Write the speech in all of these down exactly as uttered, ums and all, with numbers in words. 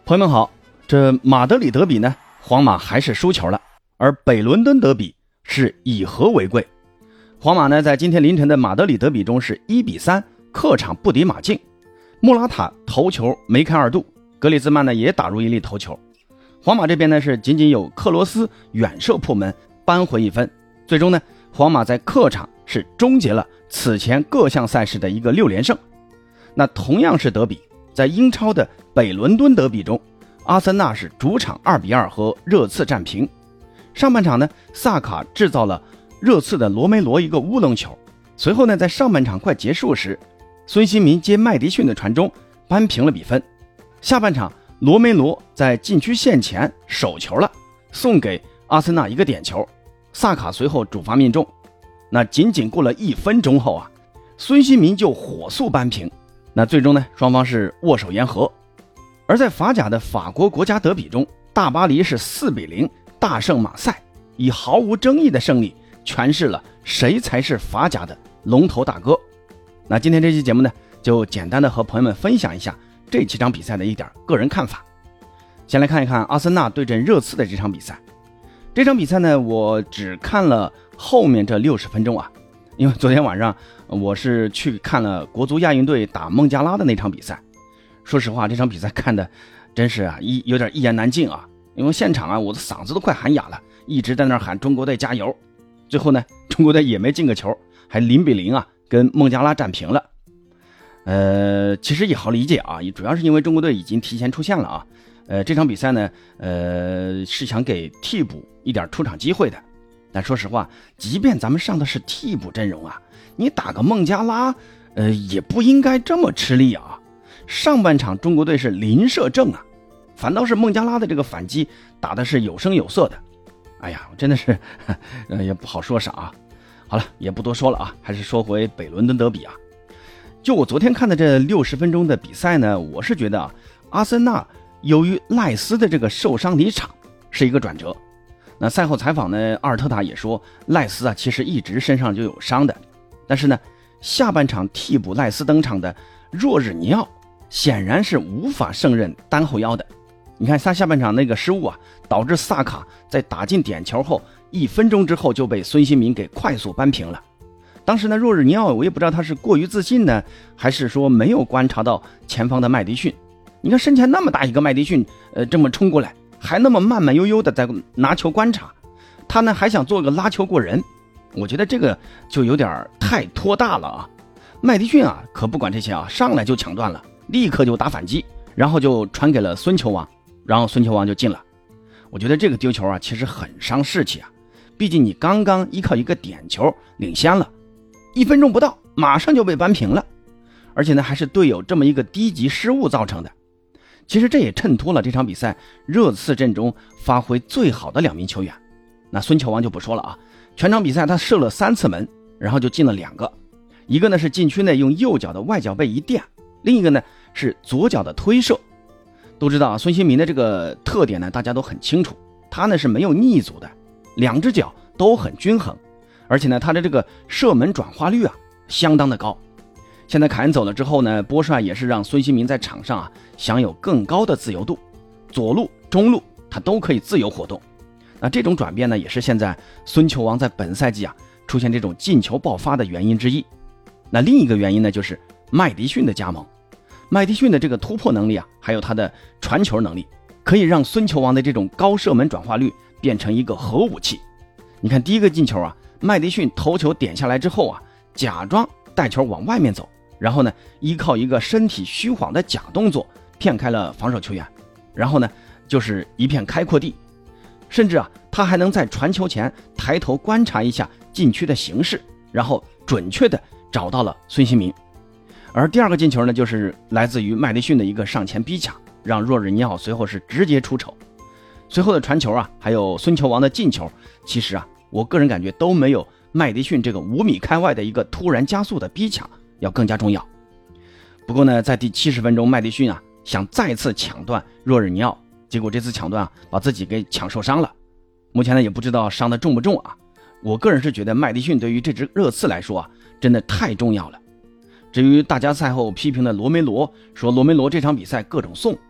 朋友们好，这马德里德比呢，皇马还是输球了，而北伦敦德比是以和为贵。皇马呢，在今天凌晨的马德里德比中是一比三客场不敌马竞，莫拉塔头球梅开二度，格里兹曼呢也打入一粒头球。皇马这边呢是仅仅有克罗斯远射破门扳回一分，最终呢皇马在客场是终结了此前各项赛事的一个六连胜。那同样是德比，在英超的北伦敦德比中，阿森纳是主场二比二和热刺战平。上半场呢，萨卡制造了热刺的罗梅罗一个乌龙球，随后呢，在上半场快结束时，孙兴民接麦迪逊的传中扳平了比分。下半场，罗梅罗在禁区线前手球了，送给阿森纳一个点球，萨卡随后主罚命中。那仅仅过了一分钟后啊，孙兴民就火速扳平。那最终呢，双方是握手言和。而在法甲的法国国家德比中，大巴黎是四比零大胜马赛，以毫无争议的胜利诠释了谁才是法甲的龙头大哥。那今天这期节目呢，就简单的和朋友们分享一下这几场比赛的一点个人看法。先来看一看阿森纳对阵热刺的这场比赛。这场比赛呢，我只看了后面这六十分钟啊，因为昨天晚上我是去看了国足亚运队打孟加拉的那场比赛。说实话，这场比赛看的真是啊，一有点一言难尽啊。因为现场啊，我的嗓子都快喊哑了，一直在那喊中国队加油。最后呢，中国队也没进个球，还零比零啊跟孟加拉战平了。呃，其实也好理解啊，主要是因为中国队已经提前出线了啊。呃，这场比赛呢，呃，是想给替补一点出场机会的。但说实话，即便咱们上的是替补阵容啊，你打个孟加拉，呃，也不应该这么吃力啊。上半场中国队是零射正啊，反倒是孟加拉的这个反击打的是有声有色的。哎呀，真的是呃也不好说啥啊。好了，也不多说了啊，还是说回北伦敦德比啊。就我昨天看的这六十分钟的比赛呢，我是觉得啊，阿森纳由于赖斯的这个受伤离场是一个转折。那赛后采访呢，阿尔特塔也说赖斯啊其实一直身上就有伤的，但是呢，下半场替补赖斯登场的若日尼奥显然是无法胜任单后腰的。你看他下半场那个失误啊，导致萨卡在打进点球后一分钟之后就被孙兴民给快速扳平了。当时呢，若日尼奥我也不知道他是过于自信呢，还是说没有观察到前方的麦迪逊。你看身前那么大一个麦迪逊，呃，这么冲过来，还那么慢慢悠悠的在拿球观察，他呢还想做个拉球过人，我觉得这个就有点太拖大了啊。麦迪逊啊可不管这些啊，上来就抢断了，立刻就打反击，然后就传给了孙球王，然后孙球王就进了。我觉得这个丢球啊其实很伤士气啊，毕竟你刚刚依靠一个点球领先了，一分钟不到马上就被扳平了，而且呢还是队友这么一个低级失误造成的。其实这也衬托了这场比赛热刺阵中发挥最好的两名球员。那孙球王就不说了啊，全场比赛他射了三次门，然后就进了两个，一个呢是禁区内用右脚的外脚背一垫，另一个呢是左脚的推射。都知道啊，孙兴民的这个特点呢大家都很清楚，他呢是没有逆阻的，两只脚都很均衡，而且呢他的这个射门转化率啊相当的高。现在凯恩走了之后呢，波帅也是让孙兴民在场上啊享有更高的自由度，左路中路他都可以自由活动。那这种转变呢，也是现在孙球王在本赛季啊出现这种进球爆发的原因之一。那另一个原因呢，就是麦迪逊的加盟。麦迪逊的这个突破能力啊，还有他的传球能力，可以让孙球王的这种高射门转化率变成一个核武器。你看第一个进球啊，麦迪逊头球点下来之后啊，假装带球往外面走，然后呢依靠一个身体虚晃的假动作骗开了防守球员，然后呢就是一片开阔地，甚至啊他还能在传球前抬头观察一下禁区的形势，然后准确的找到了孙兴民。而第二个进球呢，就是来自于麦迪逊的一个上前逼抢，让若日尼奥随后是直接出丑。随后的传球啊，还有孙球王的进球，其实啊我个人感觉都没有麦迪逊这个五米开外的一个突然加速的逼抢要更加重要。不过呢，在第七十分钟，麦迪逊啊想再次抢断若日尼奥，结果这次抢断啊把自己给抢受伤了。目前呢也不知道伤得重不重啊。我个人是觉得麦迪逊对于这支热刺来说啊真的太重要了。至于大家赛后批评的罗梅罗，说罗梅罗这场比赛各种送，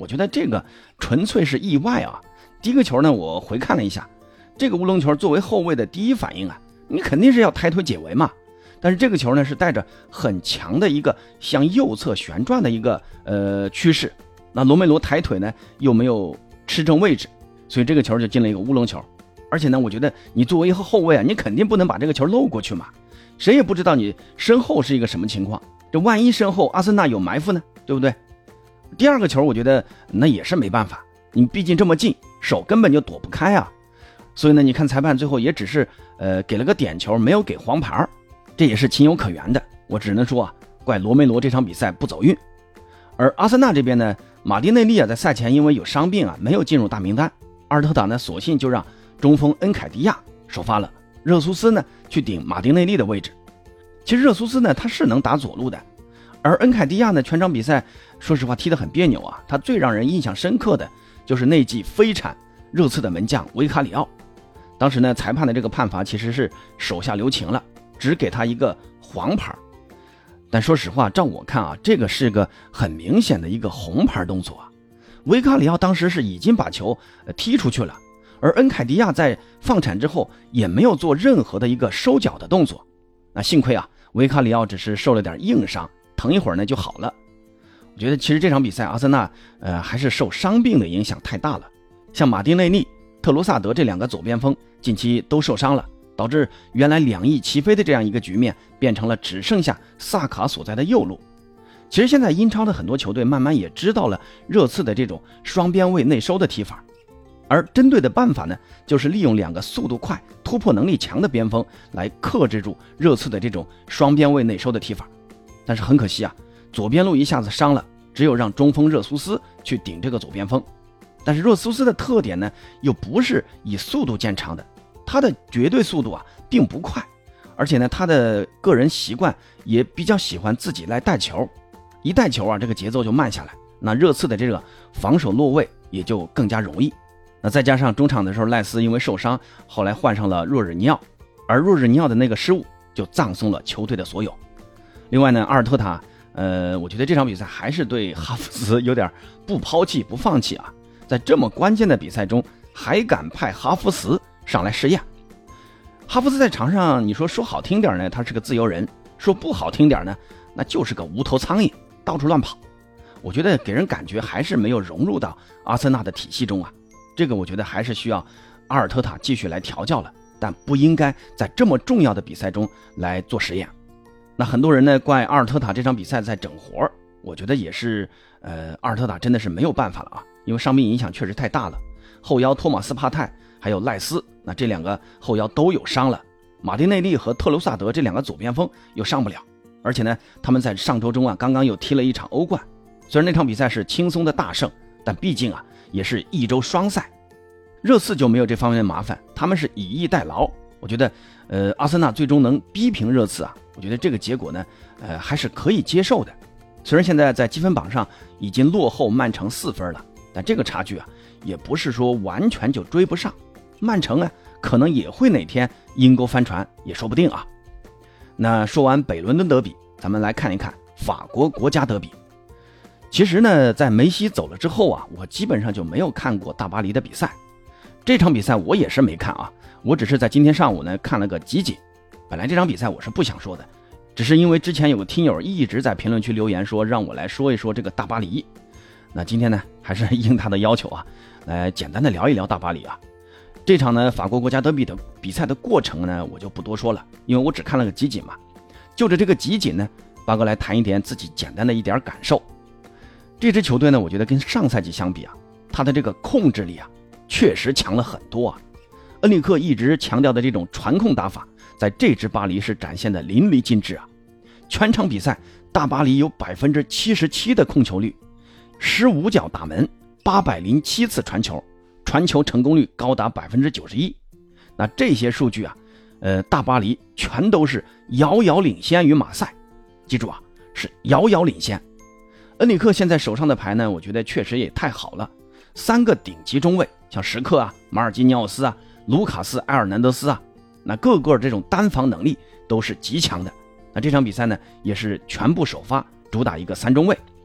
我觉得这个纯粹是意外啊。第一个球呢，我回看了一下，这个乌龙球作为后卫的第一反应啊，你肯定是要抬腿解围嘛。但是这个球呢是带着很强的一个向右侧旋转的一个呃趋势，那罗梅罗抬腿呢又没有吃正位置，所以这个球就进了一个乌龙球。而且呢，我觉得你作为一个后卫啊，你肯定不能把这个球漏过去嘛，谁也不知道你身后是一个什么情况，这万一身后阿森纳有埋伏呢，对不对？第二个球我觉得那也是没办法，你毕竟这么近，手根本就躲不开啊。所以呢，你看裁判最后也只是呃给了个点球，没有给黄牌，这也是情有可原的。我只能说啊，怪罗梅罗这场比赛不走运。而阿森纳这边呢，马丁内利啊在赛前因为有伤病啊，没有进入大名单。阿尔特塔呢，索性就让中锋恩凯迪亚首发了，热苏斯呢去顶马丁内利的位置。其实热苏斯呢他是能打左路的，而恩凯迪亚呢全场比赛说实话踢得很别扭啊。他最让人印象深刻的就是那记飞铲热刺的门将维卡里奥。当时呢裁判的这个判罚其实是手下留情了，只给他一个黄牌。但说实话，照我看啊，这个是个很明显的一个红牌动作啊。维卡里奥当时是已经把球踢出去了，而恩凯迪亚在放铲之后也没有做任何的一个收脚的动作。那幸亏啊，维卡里奥只是受了点硬伤，疼一会儿呢就好了。我觉得其实这场比赛阿森纳呃还是受伤病的影响太大了，像马丁内利、特罗萨德这两个左边锋近期都受伤了，导致原来两翼齐飞的这样一个局面变成了只剩下萨卡所在的右路。其实现在英超的很多球队慢慢也知道了热刺的这种双边位内收的踢法，而针对的办法呢，就是利用两个速度快、突破能力强的边锋来克制住热刺的这种双边位内收的踢法。但是很可惜啊，左边路一下子伤了，只有让中锋热苏斯去顶这个左边锋。但是热苏斯的特点呢，又不是以速度见长的，他的绝对速度啊并不快，而且呢他的个人习惯也比较喜欢自己来带球，一带球啊这个节奏就慢下来，那热刺的这个防守落位也就更加容易。那再加上中场的时候赖斯因为受伤，后来换上了若日尼奥，而若日尼奥的那个失误就葬送了球队的所有。另外呢，阿尔特塔呃我觉得这场比赛还是对哈弗茨有点不抛弃不放弃啊，在这么关键的比赛中还敢派哈弗茨上来试验。哈弗茨在场上，你说说好听点呢，他是个自由人；说不好听点呢，那就是个无头苍蝇，到处乱跑。我觉得给人感觉还是没有融入到阿森纳的体系中啊。这个我觉得还是需要阿尔特塔继续来调教了，但不应该在这么重要的比赛中来做实验。那很多人呢怪阿尔特塔这场比赛在整活，我觉得也是，呃，阿尔特塔真的是没有办法了啊，因为伤病影响确实太大了。后腰托马斯帕泰还有赖斯，那这两个后腰都有伤了，马丁内利和特鲁萨德这两个左边锋又上不了，而且呢他们在上周中啊刚刚又踢了一场欧冠，虽然那场比赛是轻松的大胜，但毕竟啊也是一周双赛。热刺就没有这方面的麻烦，他们是以逸待劳。我觉得呃阿森纳最终能逼平热刺啊，我觉得这个结果呢呃还是可以接受的。虽然现在在积分榜上已经落后曼城四分了，但这个差距啊也不是说完全就追不上，曼城啊可能也会哪天阴沟翻船也说不定啊。那说完北伦敦德比，咱们来看一看法国国家德比。其实呢在梅西走了之后啊，我基本上就没有看过大巴黎的比赛，这场比赛我也是没看啊，我只是在今天上午呢看了个集锦。本来这场比赛我是不想说的，只是因为之前有个听友一直在评论区留言说让我来说一说这个大巴黎，那今天呢还是应他的要求啊，来简单的聊一聊大巴黎啊。这场呢法国国家德比的比赛的过程呢我就不多说了，因为我只看了个集锦嘛。就着这个集锦呢，八哥来谈一点自己简单的一点感受。这支球队呢，我觉得跟上赛季相比啊，他的这个控制力啊确实强了很多啊。恩里克一直强调的这种传控打法，在这支巴黎是展现的淋漓尽致啊。全场比赛大巴黎有 百分之七十七 的控球率，十五脚打门，八百零七次传球，传球成功率高达 百分之九十一。 那这些数据啊呃，大巴黎全都是遥遥领先于马赛，记住啊，是遥遥领先。恩里克现在手上的牌呢，我觉得确实也太好了，三个顶级中卫，像时刻啊、马尔基尼奥斯啊、卢卡斯·埃尔南德斯啊，那个个这种单防能力都是极强的。那这场比赛呢，也是全部首发，主打一个三中卫。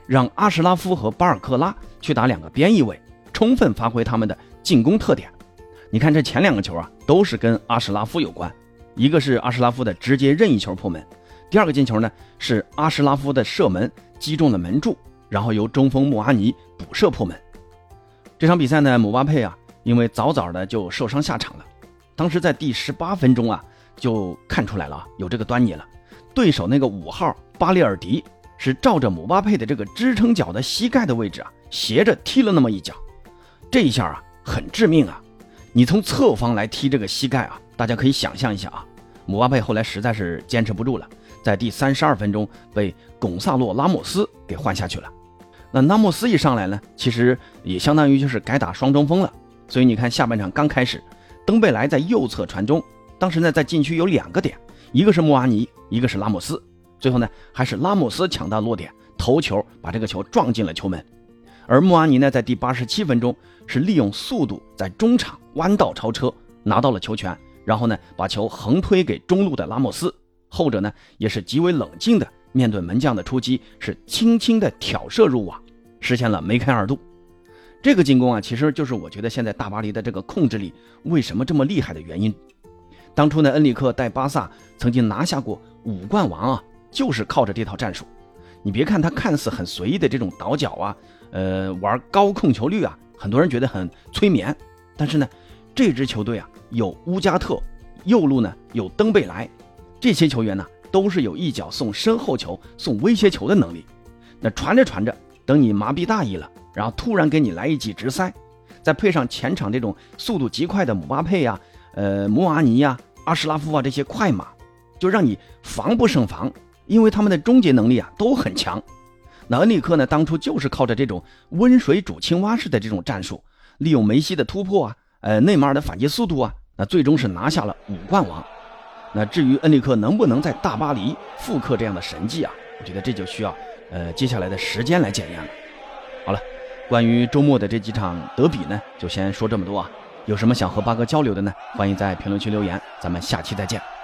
让阿什拉夫和巴尔克拉去打两个边翼位，充分发挥他们的进攻特点。你看这前两个球啊，都是跟阿什拉夫有关，一个是阿什拉夫的直接任意球破门，第二个进球呢是阿什拉夫的射门击中了门柱，然后由中锋穆阿尼补射破门。这场比赛呢，姆巴佩啊，因为早早的就受伤下场了，当时在第十八分钟啊，就看出来了有这个端倪了。对手那个五号巴列尔迪是照着姆巴佩的这个支撑脚的膝盖的位置啊，斜着踢了那么一脚，这一下啊很致命啊！你从侧方来踢这个膝盖啊，大家可以想象一下啊。姆巴佩后来实在是坚持不住了，在第三十二分钟被贡萨洛拉莫斯给换下去了。那拉莫斯一上来呢，其实也相当于就是改打双中锋了。所以你看下半场刚开始，登贝莱在右侧传中，当时呢在禁区有两个点，一个是穆阿尼，一个是拉莫斯，最后呢还是拉莫斯抢到落点，头球把这个球撞进了球门。而穆阿尼呢在第八十七分钟是利用速度在中场弯道超车拿到了球权，然后呢把球横推给中路的拉莫斯，后者呢也是极为冷静的面对门将的出击，是轻轻的挑射入网，实现了梅开二度。这个进攻啊，其实就是我觉得现在大巴黎的这个控制力为什么这么厉害的原因。当初呢，恩里克带巴萨曾经拿下过五冠王啊，就是靠着这套战术。你别看他看似很随意的这种倒脚啊，呃，玩高控球率啊，很多人觉得很催眠，但是呢，这支球队啊，有乌加特，右路呢有登贝莱，这些球员呢都是有一脚送身后球、送威胁球的能力。那传着传着，等你麻痹大意了，然后突然给你来一记直塞，再配上前场这种速度极快的姆巴佩呀、呃穆阿尼呀、阿什拉夫啊这些快马，就让你防不胜防，因为他们的终结能力啊都很强。那恩里克呢，当初就是靠着这种温水煮青蛙式的这种战术，利用梅西的突破啊，呃内马尔的反击速度啊，那最终是拿下了五冠王。那至于恩里克能不能在大巴黎复刻这样的神迹啊，我觉得这就需要呃接下来的时间来检验了。好了，关于周末的这几场德比呢，就先说这么多啊。有什么想和八哥交流的呢？欢迎在评论区留言，咱们下期再见。